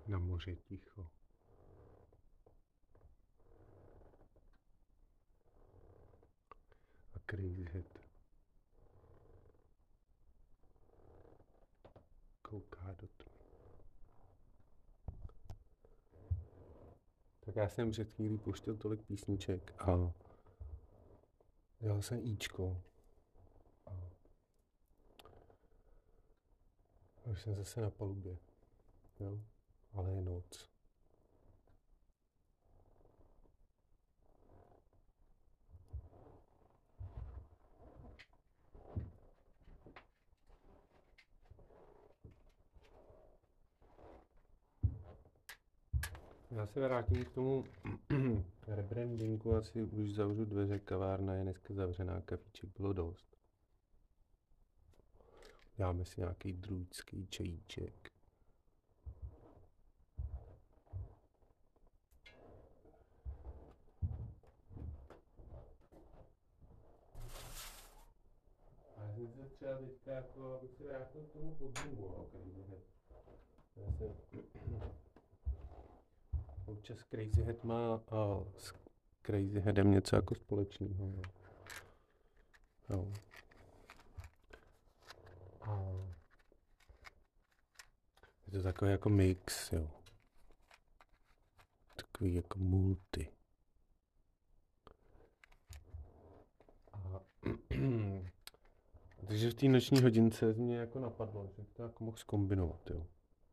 Na moři ticho. A Crazy Head kouká do tmy. Tak já jsem před chvílí pouštěl tolik písniček a dělal jsem Ičko. A už jsem zase na palubě. Jo? Ale je noc. Já se vrátím k tomu rebrandingu, asi už zavřu dveře, kavárna je dneska zavřená, kafíček bylo dost. Dáme si nějaký druidský čajíček. A já jsem se třeba teďka jako, abych se vrátil k tomu podzimu, Crazy Head. Já se... Občas Crazy Head má s Crazy Headem něco jako společného. Jo. A je to takový jako mix, jo. Takový jako multi. A takže v té noční hodince mě jako napadlo, že to jako mohl zkombinovat, jo.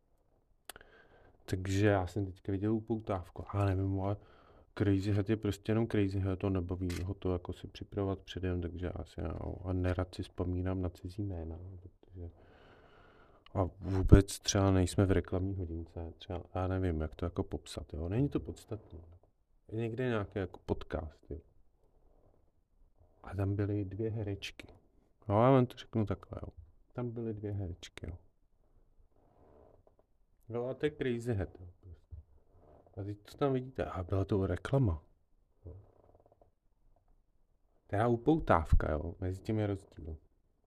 Takže já jsem teďka viděl upoutávku, a nevím, ale Crazy Head je prostě jenom Crazy Head, to nebaví ho to jako si připravovat předem, takže já si a nerad si vzpomínám na cizí jména, protože a vůbec třeba nejsme v reklamní hodince, třeba já nevím, jak to jako popsat, jo, není to podstatné. Je někde nějaký jako podcast, jo. A tam byly 2 herečky. No, já vám to řeknu takhle, jo. Tam byly 2 herečky, jo. No a to je Crazy Head, jo. Prostě. A teď to tam vidíte, a byla to reklama. Jo. Teda upoutávka, jo, mezi tím je rozdíl.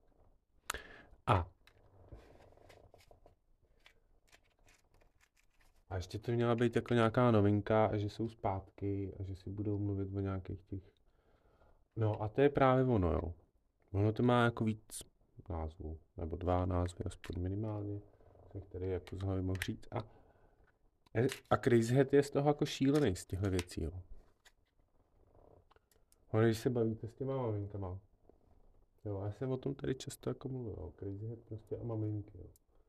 A ještě to měla být jako nějaká novinka, a že jsou zpátky a že si budou mluvit o nějakých těch... No a to je právě ono, jo. Ono to má jako víc názvů, nebo 2 názvy, aspoň minimálně, jsem tady jako z hlavy mohl říct. A Crazy Head je z toho jako šílený z těchto věcí, jo. Ono, když se bavíte s těma maminkama, jo, já jsem o tom tady často jako mluvil, jo. Crazy Head prostě a maminky, jo.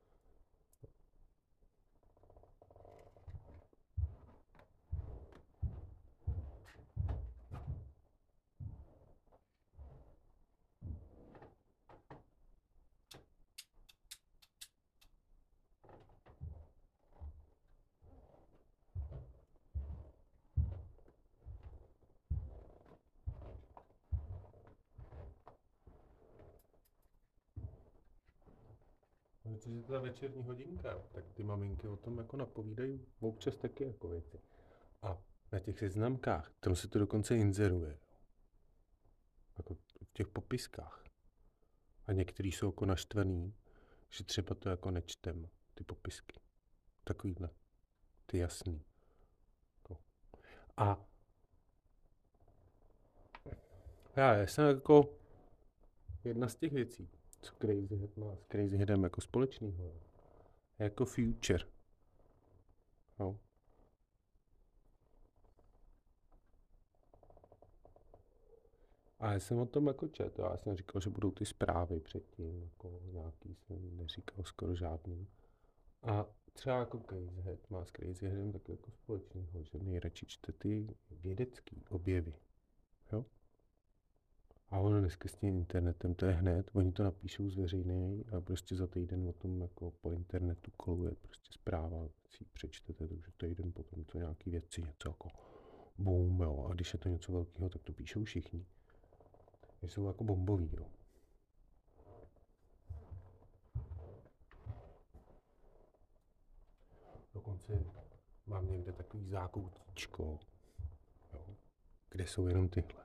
Protože to je večerní hodinka, tak ty maminky o tom jako napovídají občas taky jako věci. A na těch seznamkách, tam se to dokonce inzeruje. Jako v těch popiskách. A některý jsou jako naštvaný, že třeba to jako nečtem, ty popisky. Takovýhle. Ty jasný. Jako. A já jsem jako jedna z těch věcí, co Crazy Head má s Crazy Headem jako společného, je jako future. Jo. A já jsem o tom jako četl, já jsem říkal, že budou ty zprávy předtím, jako nějaký jsem neříkal skoro žádný. A třeba jako Crazy Head má s Crazy Headem tak jako společného, že nejradši čte ty vědecký objevy. Jo? A ono dneska s tím internetem, to je hned, oni to napíšou zveřejněji a prostě za týden o tom jako po internetu koluje prostě zpráva, si ji přečtete, takže týden potom to nějaký věci, něco jako boom, jo. A když je to něco velkého, tak to píšou všichni. Jsou jako bombový, jo. Dokonce mám někde takový zákoutíčko, jo, kde jsou jenom tyhle.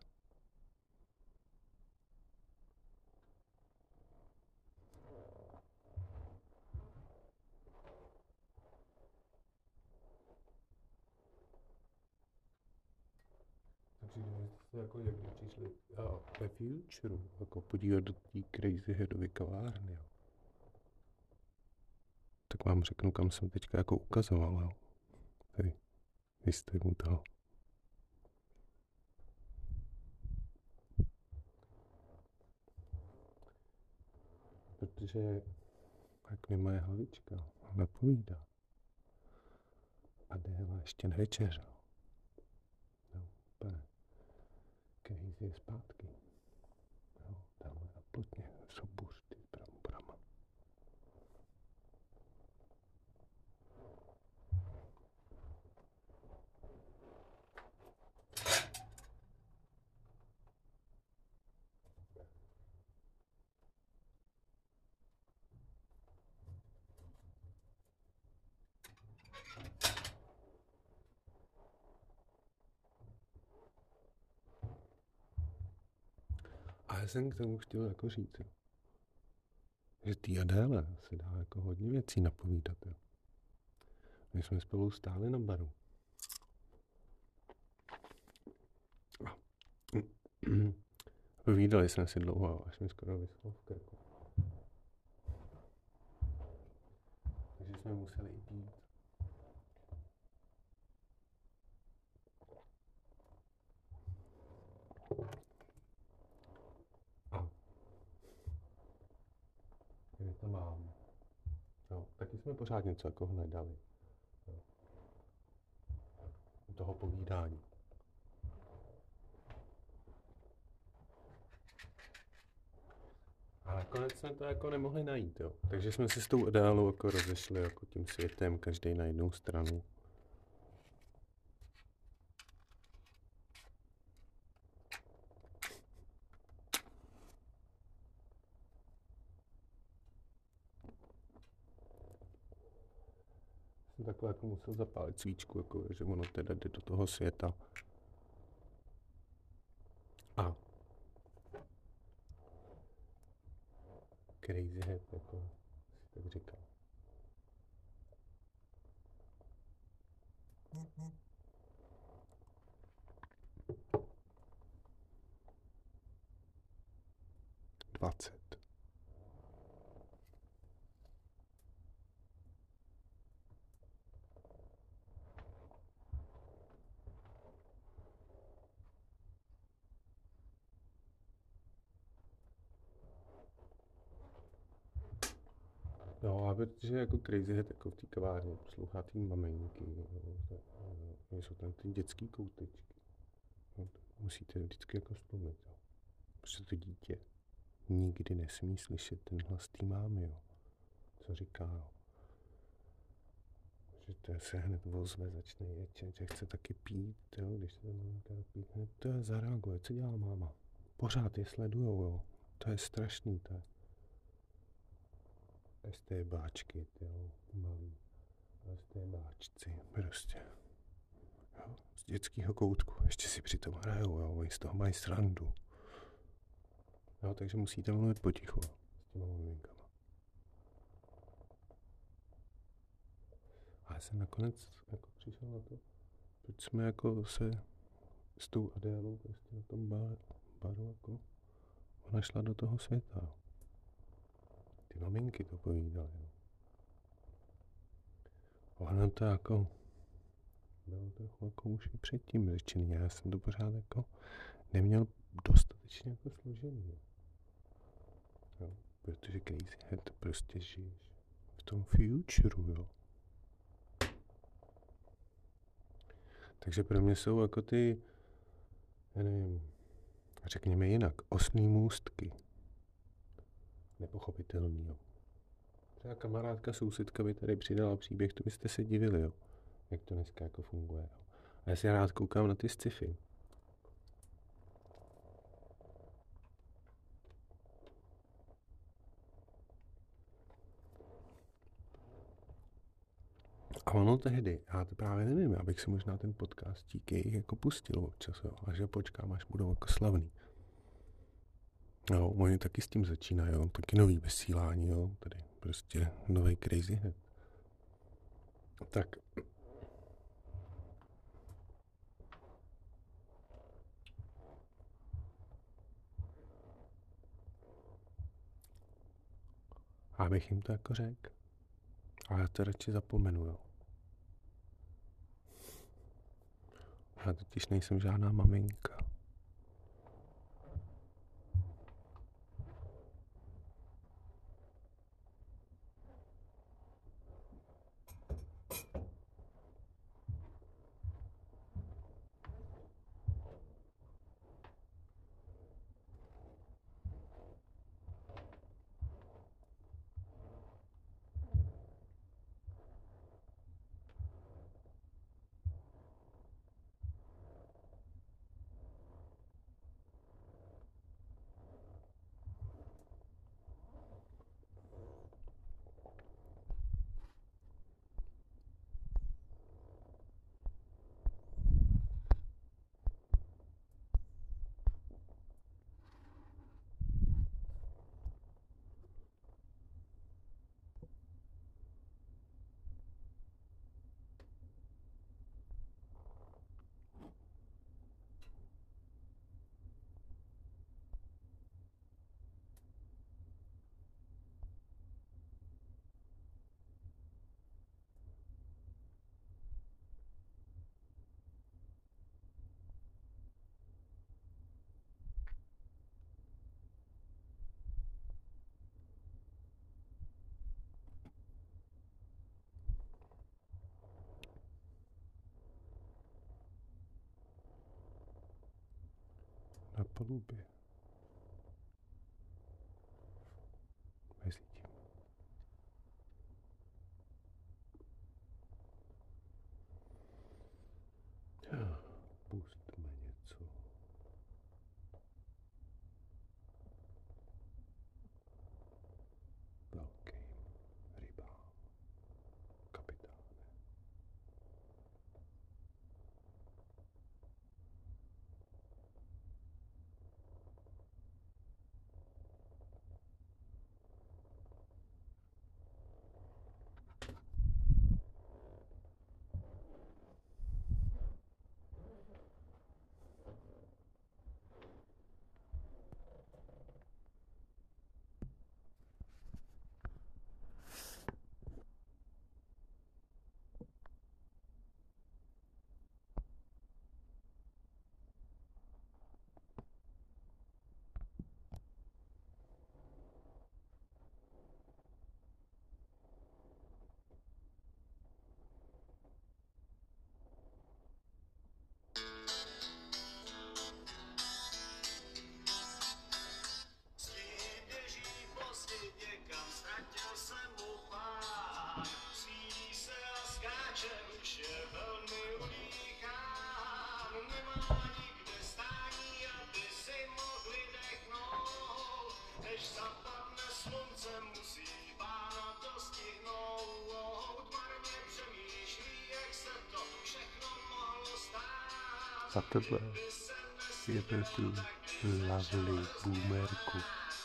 Přijde, že jste jako někdy přišli ve Futureu, jako podívat do té Crazy Headovy kavárny, jo. Tak vám řeknu, kam jsem teďka jako ukazoval, jo. Tady, vy jste u toho. Protože jak mi moje hlavička napovídá a déla ještě nevečeřel. Jo, úplně crazy je zpátky. Jo, tamhle na plotně jsou buřty s bramborama. A já jsem k tomu chtěl jako říct, jo, že tý Adéle se dá jako hodně věcí napovídat. Jo. My jsme spolu stáli na baru. Povídali jsme si dlouho, až mi skoro vyschlo v krku. Takže jsme museli i pít. A kde to mám? Jo, taky jsme pořád něco jako hledali. Jo. U toho povídání. A nakonec jsme to jako nemohli najít, jo. Takže jsme si s tou Adélou jako rozešli jako tím světem, každý na jednu stranu. Jsem takhle jako musel zapálit svíčku, jako, že ono teda jde do toho světa. A Crazy Head, jako si tak říkal. No a protože jako Crazy Head jako v té kavárně poslouchá ty maminky, jsou tam ty dětský koutečky. No, musíte vždycky jako vzpomnět, jo. Protože to dítě nikdy nesmí slyšet ten hlas té mámy, jo. Co říká, jo. Že to se hned ozve, začne ječet, že chce taky pít, jo. Když se ta maminka pít, hned to zareaguje, co dělá máma. Pořád je sledujou, jo. To je strašný, to je. STBáčky, jo, malý. STBáčci, prostě. Jo, z dětského koutku, ještě si přitom hrajou, jo, oni z toho mají srandu. Jo, takže musíte mluvit potichu s těma maminkama. A já jsem nakonec jako přišel na to, proč jsme jako se s tou Adélou prostě na tom baru jako ona šla do toho světa. Jo. Ty maminky to povídaly. Jo. Ono to jako bylo trochu jako už i předtím řečený. Já jsem to pořád jako neměl dostatečně jako složený. Jo. Protože Crazy Head prostě žiješ v tom futureu, jo. Takže pro mě jsou jako ty, já nevím, řekněme jinak, osný můstky. Nepochopitelný, jo. Třeba kamarádka, sousedka by tady přidala příběh, to byste se divili, jo. Jak to dneska jako funguje, jo. A já si rád koukám na ty sci-fi. A ono tehdy, já to právě nevím, já bych si možná ten podcastík jejich jako pustil občas, jo. A že počkám, až budou jako slavný. Jo, oni taky s tím začínají, jo. Taky nový vysílání, jo. Tady prostě nový Crazy Head. Tak. Abych jim to jako řekl. A já to radši zapomenu, jo. Já totiž nejsem žádná maminka. Na palubě. Mezi tím. Pustme něco. Velkým rybám. Kapitáne. A tohle je pro tu lovely boomerku.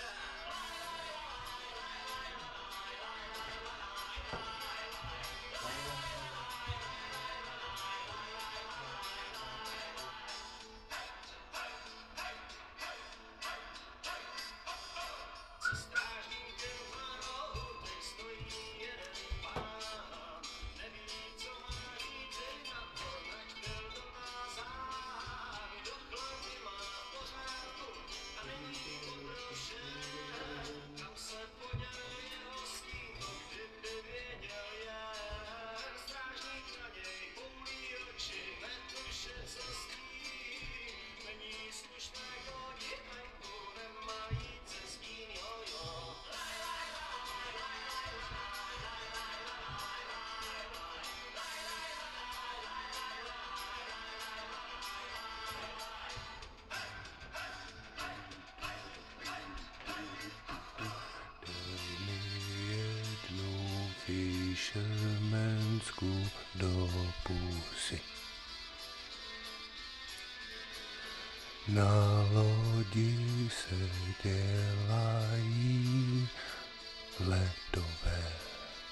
Fishermansku do pusy. Na lodi se dělají ledové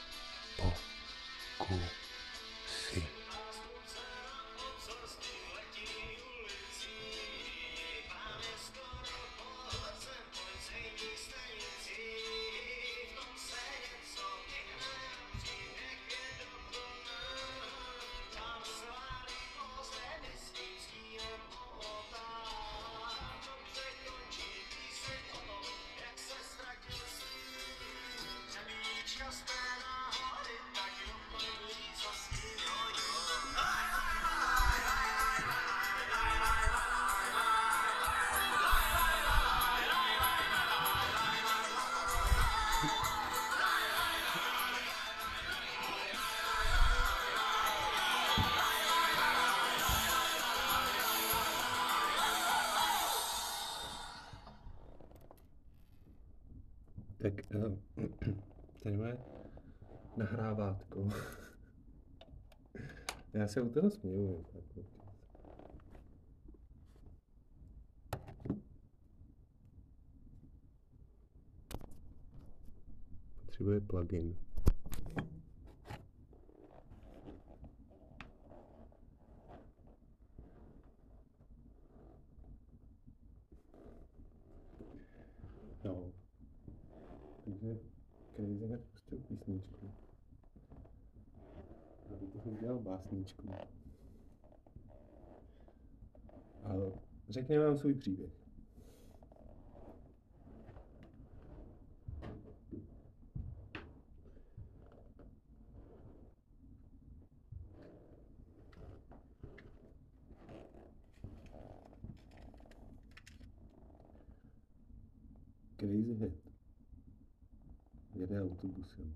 pokusy. Tak tady moje nahrávátko. Já se u toho směju. Potřebuje plugin. No. Takže Crazy Head pustil písničku. Aby toho udělal básničku. Ale řekněme vám svůj příběh. Crazy Head jede autobusem.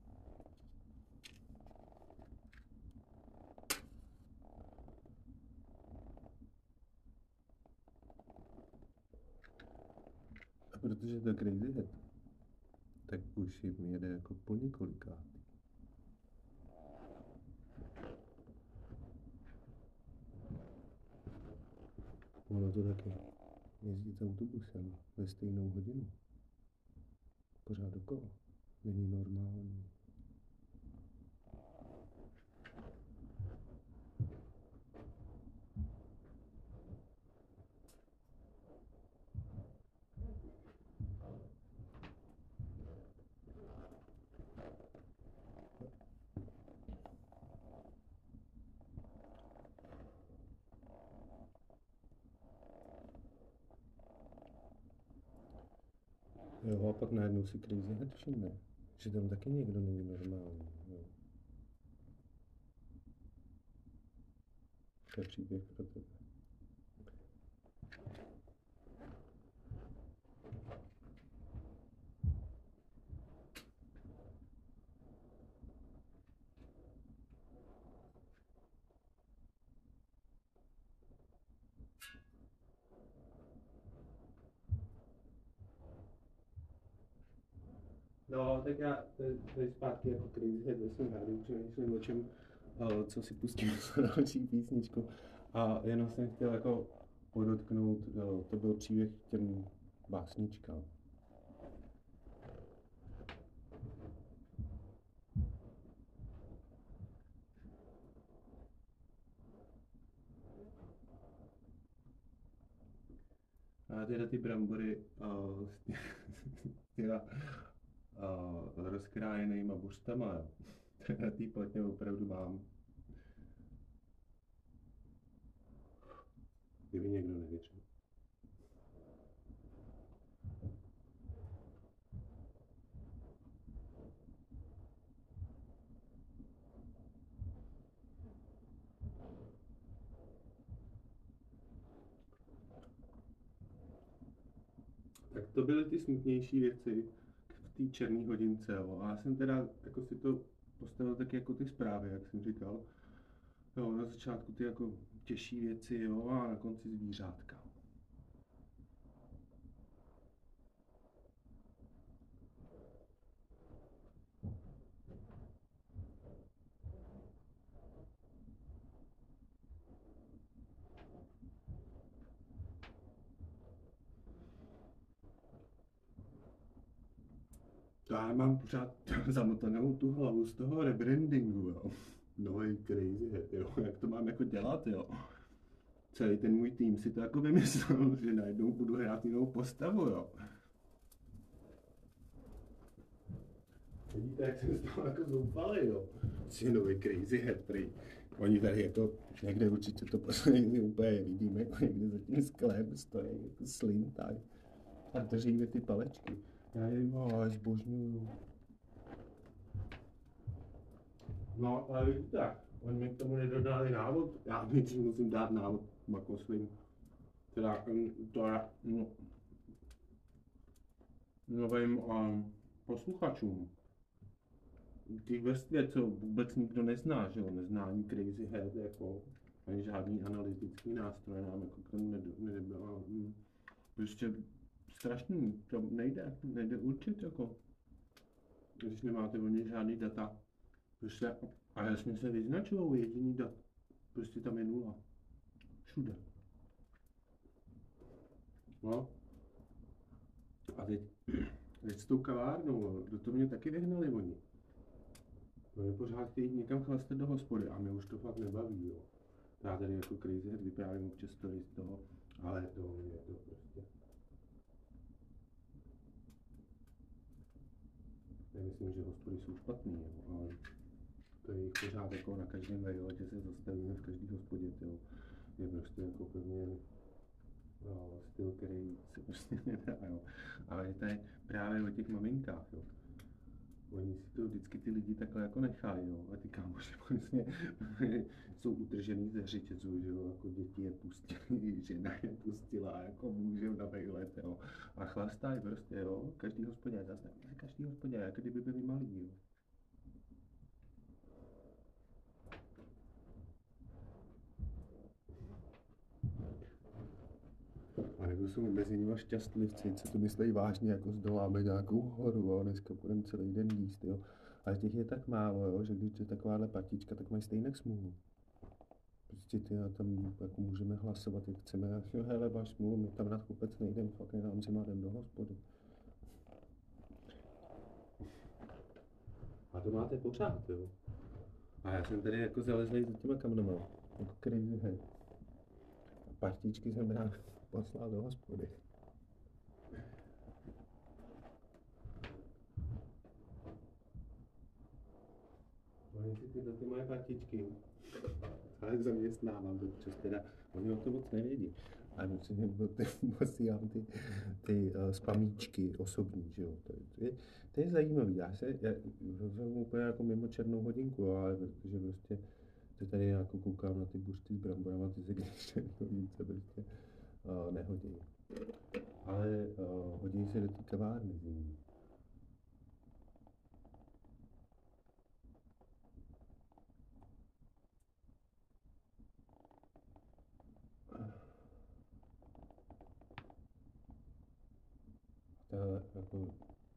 A protože to Crazy Head, tak už jim jede jako po několikátý. Ono to taky jezdit autobusem ve stejnou hodinu. Pořád dokola. Není normální. Jo, a pak najednou si Crazy Head všimne, že tam taky někdo není normální. Jo. To je příběh pro tebe. No, tak já tady zpátky jako Crazy Head ve svém rádiu přemýšlím o čem, co si pustím za další písničku. A jenom jsem chtěl jako podotknout, to byl příběh k těm básničkám. A teda ty brambory s těma rozkrájenýma buřtama, jo. Na té platně opravdu mám. Kdyby někdo nevěřil. Tak to byly ty smutnější věci v té černé hodince, jo. A já jsem teda jako si to postavil tak jako ty zprávy, jak jsem říkal. Jo, na začátku ty jako těžší věci, jo, a na konci zvířátka. Já mám pořád zamotanou tu hlavu z toho rebrandingu, jo. Nový Crazy Head, jo, jak to mám jako dělat, jo. Celý ten můj tým si to jako vymyslel, že najednou budu hrát jinou postavu, jo. Vidíte, jak jsem z toho jako zoufalý, jo. Jsi nový Crazy Head, prý. Oni tady jako někde určitě to poslední úplně vidíme, jako někde za tím sklem stojí jako slintaj a drží mi ty palečky. Já jim zbožňuju. No, ale vidíte, oni mi k tomu nedodali návod. Já nejdřív musím dát návod jako svým, teda to je novým posluchačům. Ty vrstvě, co vůbec nikdo nezná, že jo, nezná ani Crazy Head, jako ani žádný analytický nástroj nám jako k tomu nebyl. Prostě strašný, to nejde určit jako, když nemáte o nich žádný data. Prostě, a jasně se vyznačují jediný dat, prostě tam je nula. Všude. No. A teď s tou kavárnou, do toho mě taky vyhnali oni. Oni pořád chtějí někam chlastat do hospody a mě už to fakt nebaví, jo. Já tady jako crazy head vyprávím občas story z toho, ale to je to prostě. Nemyslím, že hospody jsou špatný, jo, ale to je jich pořád jako na každém výletě se zastavíme v každý hospodě, jo. Je prostě jako pevně styl, který se prostě nedá, jo. Ale to je právě o těch maminkách, jo. Oni si to vždycky ty lidi takhle jako nechají, jo. A ty kámoši vlastně jsou utržený ze řetězu, že jo, jako děti je pustili, žena je pustila, jako můžou na výlet, jo. A chlastají prostě, jo, každý hospodě, zase každý hospodě, jako kdyby byli malí, jo. A nebo jsou mezi nimi šťastlivci, co to myslejí vážně, jako zdoláme nějakou horu, jo, dneska budeme celý den jíst, jo. Ale těch je tak málo, jo, že když je takováhle partička, tak mají stejně smůlu. Prostě ty tam jako můžeme hlasovat, jak chceme, a jo, hele, máš smůlu, my tam na vůbec nejdeme, fakt je nám zima, jdem do hospody. A to máte pořád, jo. A já jsem tady jako zalezlej za těma kamnama, jako crazy head. A partičky jsem právě poslal do hospody. Oni si ty moje partičky, ale zaměstnávám, protože teda oni o tom moc nevědí. A musím posílám ty spamíčky osobní, že jo. To je zajímavý. Já jsem úplně jako mimo černou hodinku, jo, ale protože prostě to tady jako koukám na ty buřty s bramborama, ty se když se prostě nehodí. Ale hodí se do té kavárny zimní. Ta jako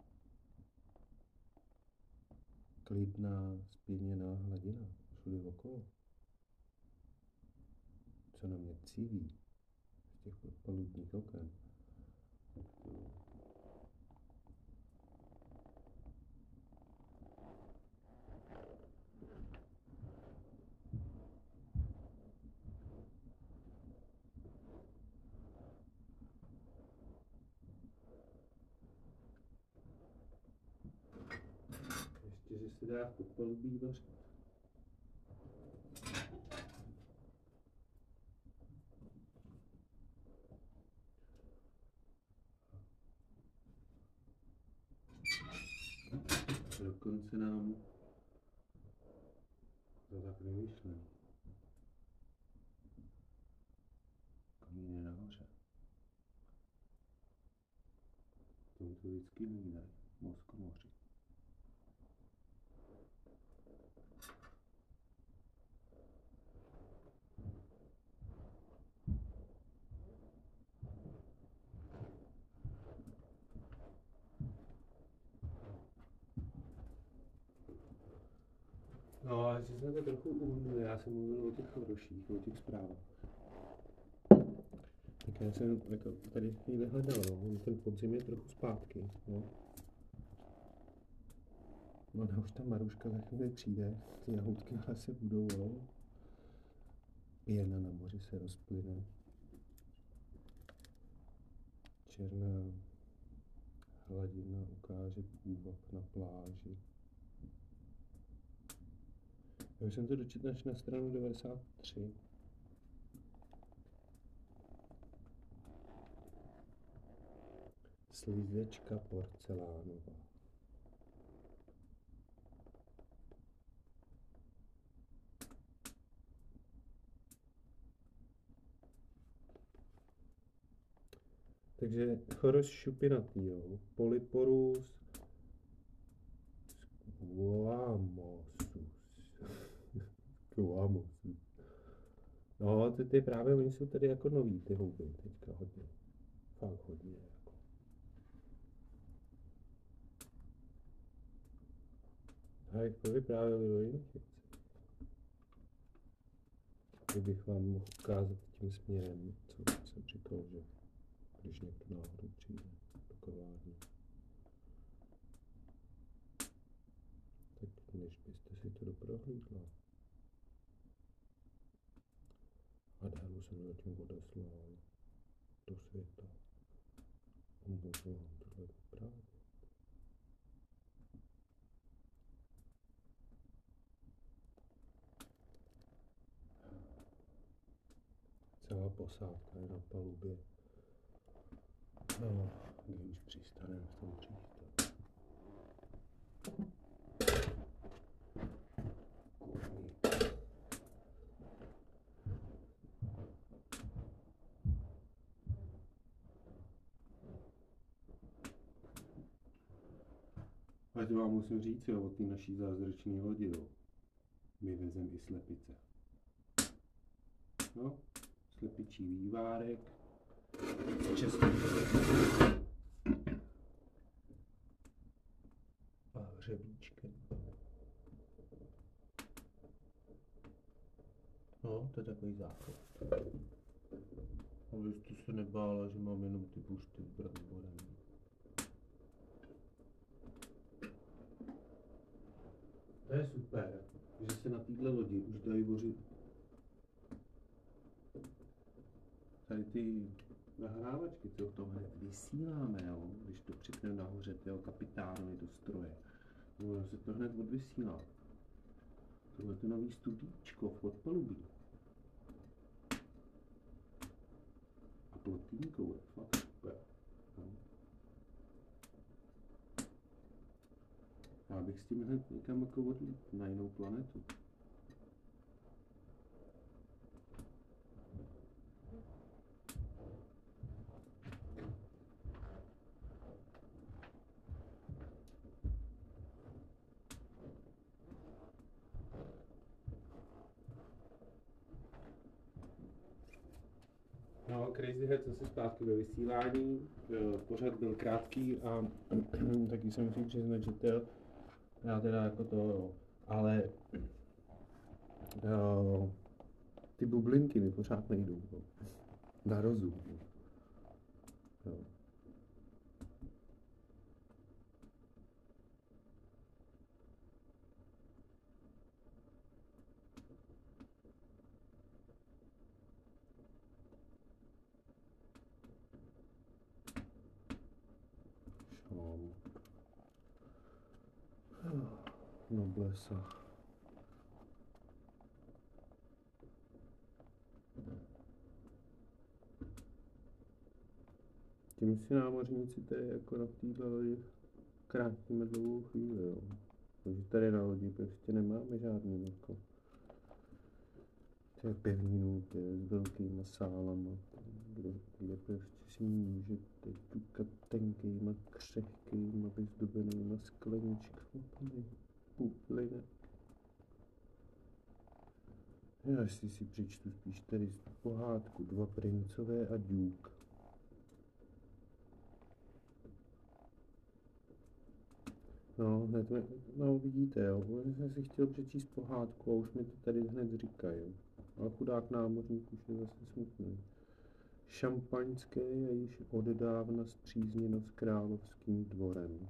klidná, zpěněná hladina všude okolo. Co na mě cílí z těch palubních oken. Ještě, že se dá v podpalubí vařit. Dokonce nám to tak vymýšlím. Kamíny nahoře. Tomu to vždycky hlídají, mozkomoři. No, ale že jsme to trochu uhnuli, já jsem mluvil o těch choroších, o těch zprávách. Tak já jsem jako tady chvíli hledal, no. Ten podzim je trochu zpátky, no. No, už ta Maruška za chvíli přijde, ty jahoutky v lese budou, no. Pěna na moři se rozplyne. Černá hladina ukáže půvab na pláži. Já už jsem to dočetl až na stranu 93. Slizečka porcelánová. Takže choroš šupinatý, jo. Polyporus squamosus. No, ty právě, oni jsou tady jako nový, ty houby, teďka hodně. Fakt hodně, jako. Povyprávěli o jiných věcech. Kdybych vám mohl ukázat tím směrem, co jsem říkal, že když někdo náhodou přijde do kavárny, tak než byste si to doprohlídla. Adélu jsem zatím odeslal do světa a můžu vám tohle vyprávět. Celá posádka je na palubě. No, kdy už přistaneme v tom přístavu. Ale to vám musím říct, jo, od té naší zázračné lodi, jo. My vezem i slepice. No, slepičí vývárek. Český. A hřebíčkem. No, to je takový základ. Ale jste se nebála, že mám jenom ty bušty s bramborem. To je super, že se na téhle lodi už dají vořit tady ty nahrávačky, co v tomhle vysíláme, jo? Když to připneme nahoře toho kapitánovi do stroje. No, se to hned odvysílá. Tohle je nový studíčko v podpalubí. A plotínkou je fakt super. No. Já bych s tím hned někam jako odlít na jinou planetu. No, Crazy Head zase zpátky ve vysílání. Pořad byl krátký a taky jsem musím přiznat, že já teda jako to, jo. Ale ty bublinky mi pořád nejdou, jo. Na rozum. Jo. Noblesa. Tím si námořníci tady jako na téhle lodi krátíme dlouhou chvíli, jo. Takže tady na lodi prostě nemáme žádný jako ty pevninky s velkýma sálama, kde prostě si můžete ťukat tenkýma, křehkýma, vyzdobenýma skleničkama tady úplně. Já si přečtu spíš tady pohádku Dva princové a Duke. No, no vidíte, jo, já jsem si chtěl přečíst pohádku a už mi to tady hned říkají. Ale chudák námořník už je zase smutný. Šampaňské je již oddávna spřízněno s královským dvorem.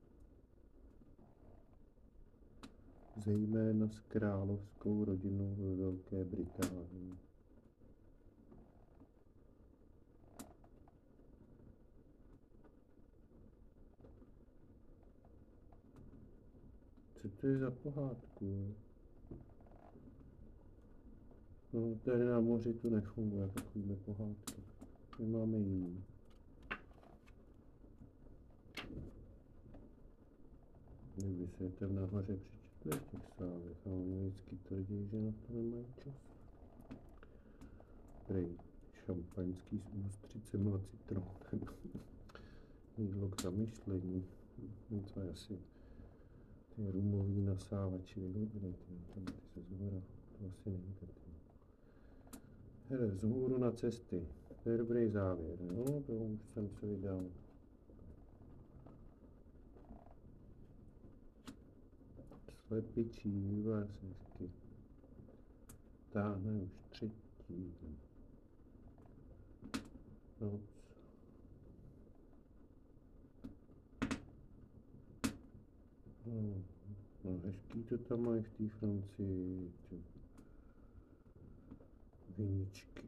Zejména s královskou rodinou ve Velké Británii. Co to je za pohádku? No, tady na moři to nefunguje, takovýhle pohádky. My máme jiný. Kdyby se je tam nahoře přečetli v těch sálech, a oni vždycky tvrdí, že na to nemají čas. Prej, šampaňský s ústřicem a citronem. Jídlo k zamyšlení. To je asi ty rumový nasávači, vyhodili, tam ty se zhora, to asi není taky. Hele, vzhůru na cesty, to je dobrý závěr, no, to už jsem se vydal. slepičí vásečky. Táhne už třetí noc. No, hezký to tam mají v té Francii, ty viničky.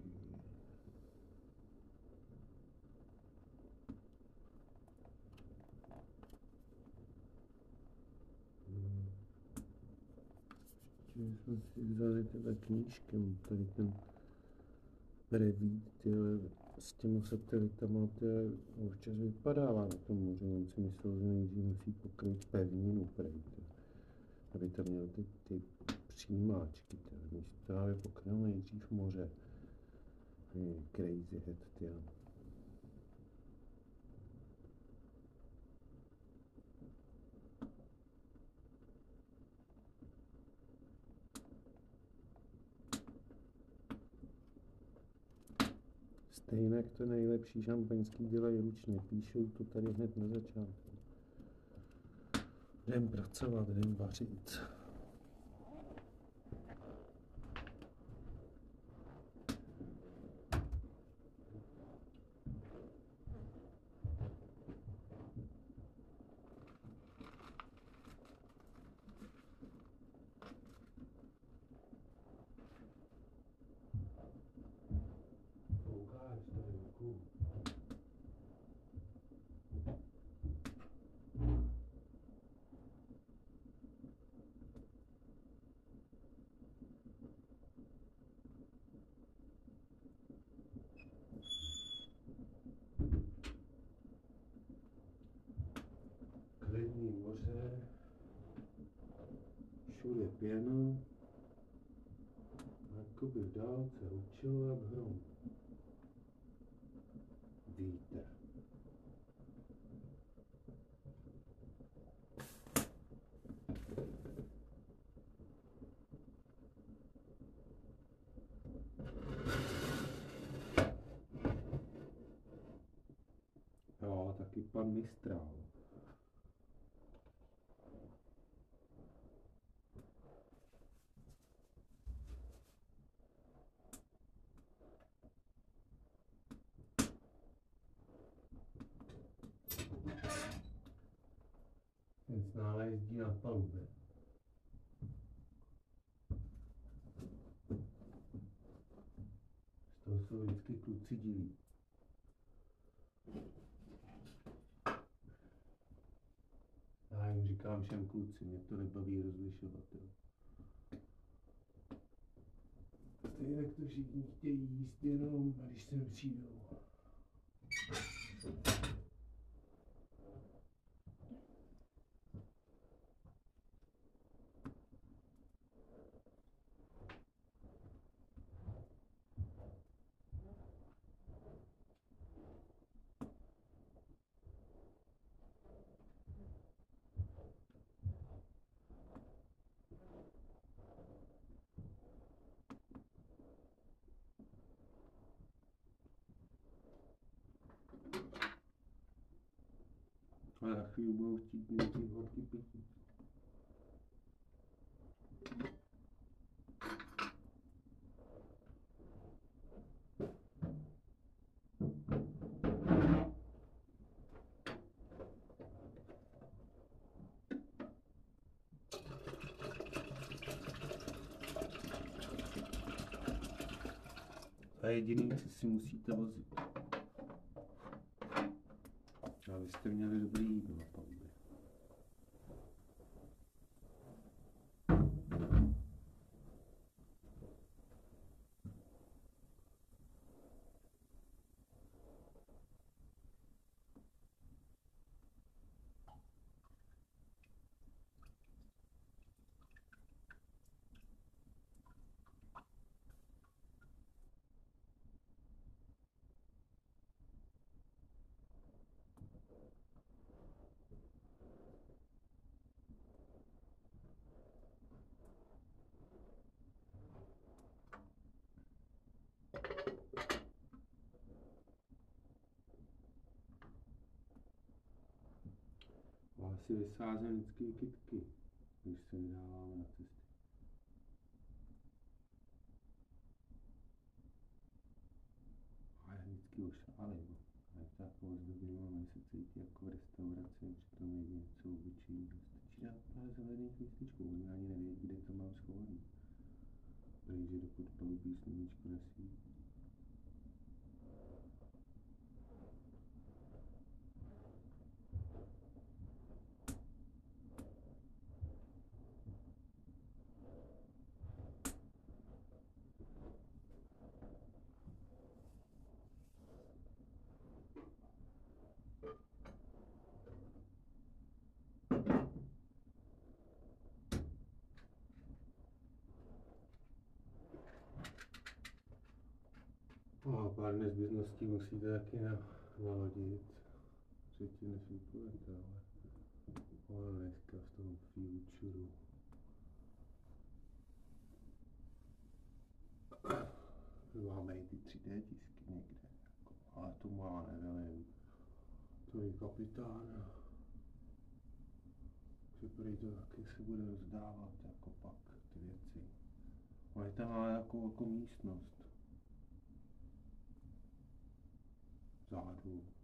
Ještě jsme si vzali tyhle knížky, tady ten Revít, s těma satelitama, občas vypadává na tom moři. On si myslel, že nejdřív musí pokryt pevninu, aby tam měl ty přijímáčky, místo aby pokryl nejdřív moře. Crazy head, tyjo. Stejně to nejlepší šampaňský dělají ručně, píšou to tady hned na začátku. Jdem pracovat, jdem vařit. Klidný moře, všude pěna, jakoby v dálce učilo jak hrom. Vítr. Jo, taky pan Mistrál. Ten stále jezdí na palubě. Z toho jsou vždycky kluci diví. Já jim říkám všem kluci, mě to nebaví rozlišovat. Jo. Stejně to všichni chtějí jíst jenom, když sem přijdou. A za chvíli budou chtít nejdřív horký pití. A jediný, co si musíte vozit. A vy jste měli dobrý jídlo na palubě. A asi vysázím vždycky kytky. když se vydáváme na cesty. A já vždycky ošálím. A jak tak ozdobíme, se cítí jako v restauraci, přitom je něco obyčejného. Stačí dát pár zelených lístečků, oni ani nevědí, kde to mám schovaný. Takže dokud palubí sluníčko nesvítí. A pár nezbytností musíte taky nalodit. Předtím než vyplujete, ale dneska v tom future. Máme i ty 3D tisky někde, jako, ale to má, nevím, to je kapitán. Že prý to taky se bude rozdávat, jako pak ty věci. Ale tam má jako místnost. Zádu.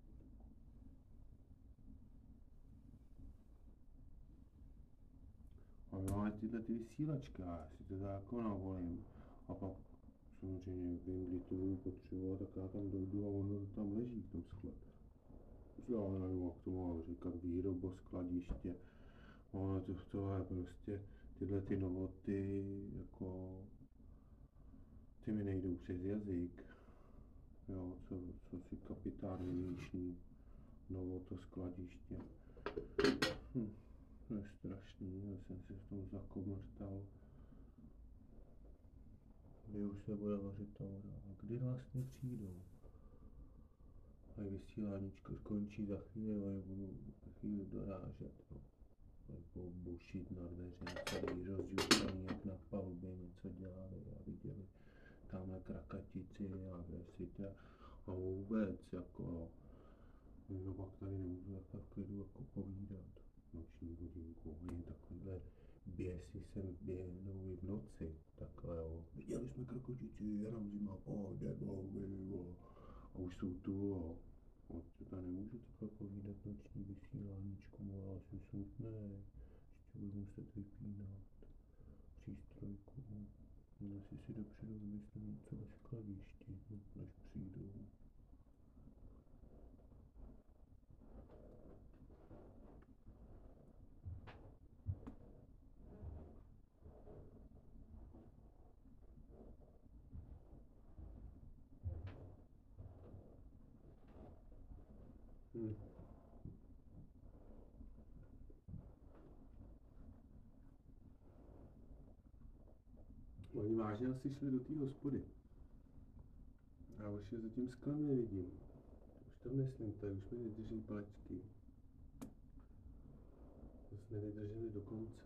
A my máme tyhle ty vysílačky, já si to jako navolím. A pak samozřejmě vím, kdy to budu potřebovat, tak já tam dojdu a ono to tam leží v tom skle. Já nevím, jak to mám říkat, výroba, skladiště. Ono to je prostě tyhle ty novoty, jako ty mi nejdou přes jazyk. Jo, co si kapitán vymýšlí, novoto skladiště. To je strašný, já jsem se v tom zakomrtal. Kdy už se bude vařit to a kdy vlastně přijdou. A vysíláníčko skončí za chvíli, a budu za chvíli dorážet. No. Jako bušit na dveře, celý rozjuchaný, jak na palubě něco dělali a viděli tamhle krakatici a vresita a vůbec jako no pak tady nemůžu takhle v klidu jako povídat noční hodinku, oni takovýhle běsy sem běhnou i v noci, takhle jo. Viděli jsme krakatici, jenom zima, a už jsou tu jo. Já nemůžu takhle povídat noční vysíláníčku, ale asi smutné, ještě budu muset vypínat přístrojku. Asi si dopředu vymyslím něco ve skladišti, než přijdou. Oni vážně asi šli do té hospody. Já už je za tím sklem nevidím. Už tam neslintají, už mi nedrží palečky. Zase nevydrželi do konce.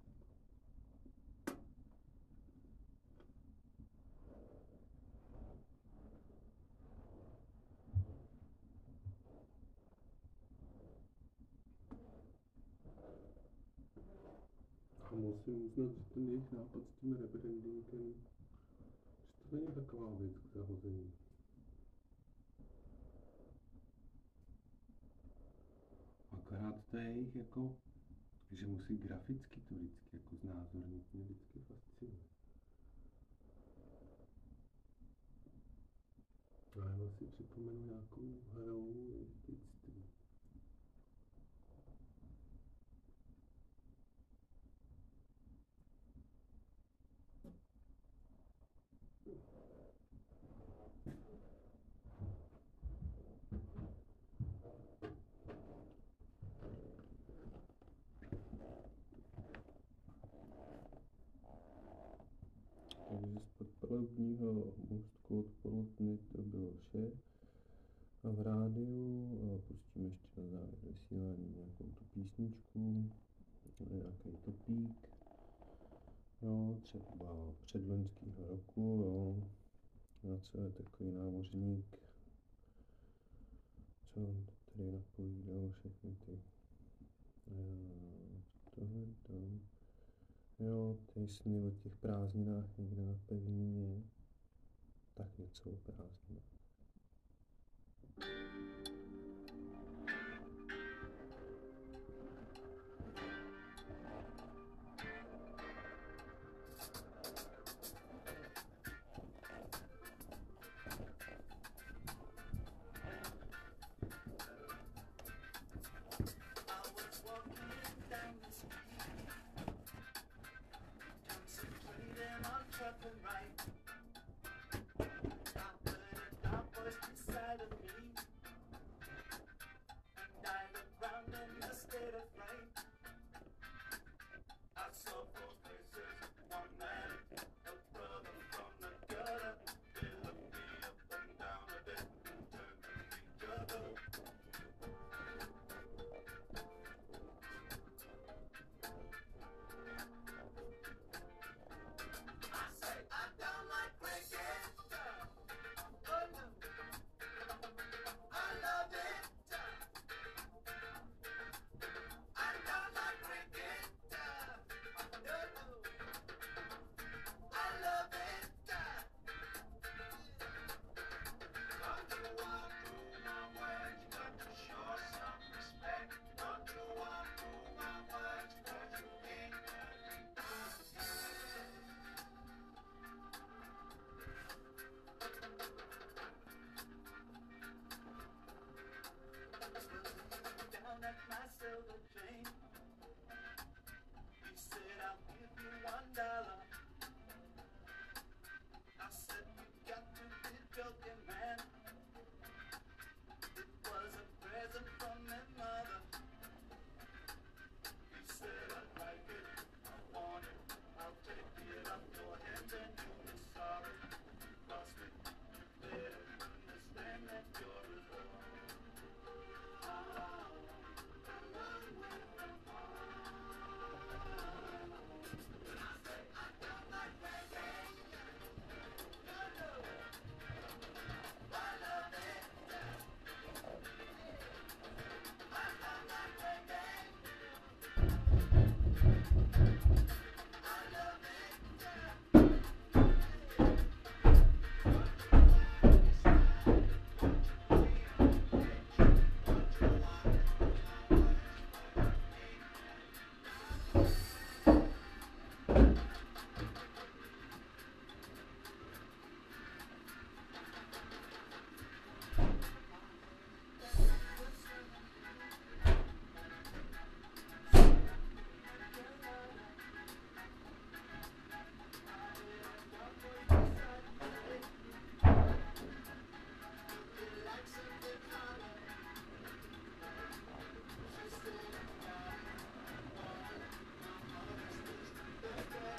A musím uznat, že ten jejich nápad s tím rebrandingem, že to není taková věc k zahození. Akorát to je jejich jako, že musí graficky to vždycky jako znázornit, mě vždycky fascinuje. A já si připomenu nějakou hrou dětství. Takže z podpalubního můstku od Polutny to bylo vše. A v rádiu pustím ještě na závěr vysílání nějakou tu písničku, nějaký topík, jo, třeba předloňského roku, jo, a co je takový námořník, co on tady napovídal všechny ty tohle to. Jo, ty sny o těch prázdninách někde na pevnině. Tak něco o prázdninách.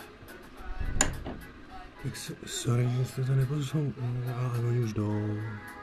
Tak sorry, že jste to neposlouchali, ale oni už jdou.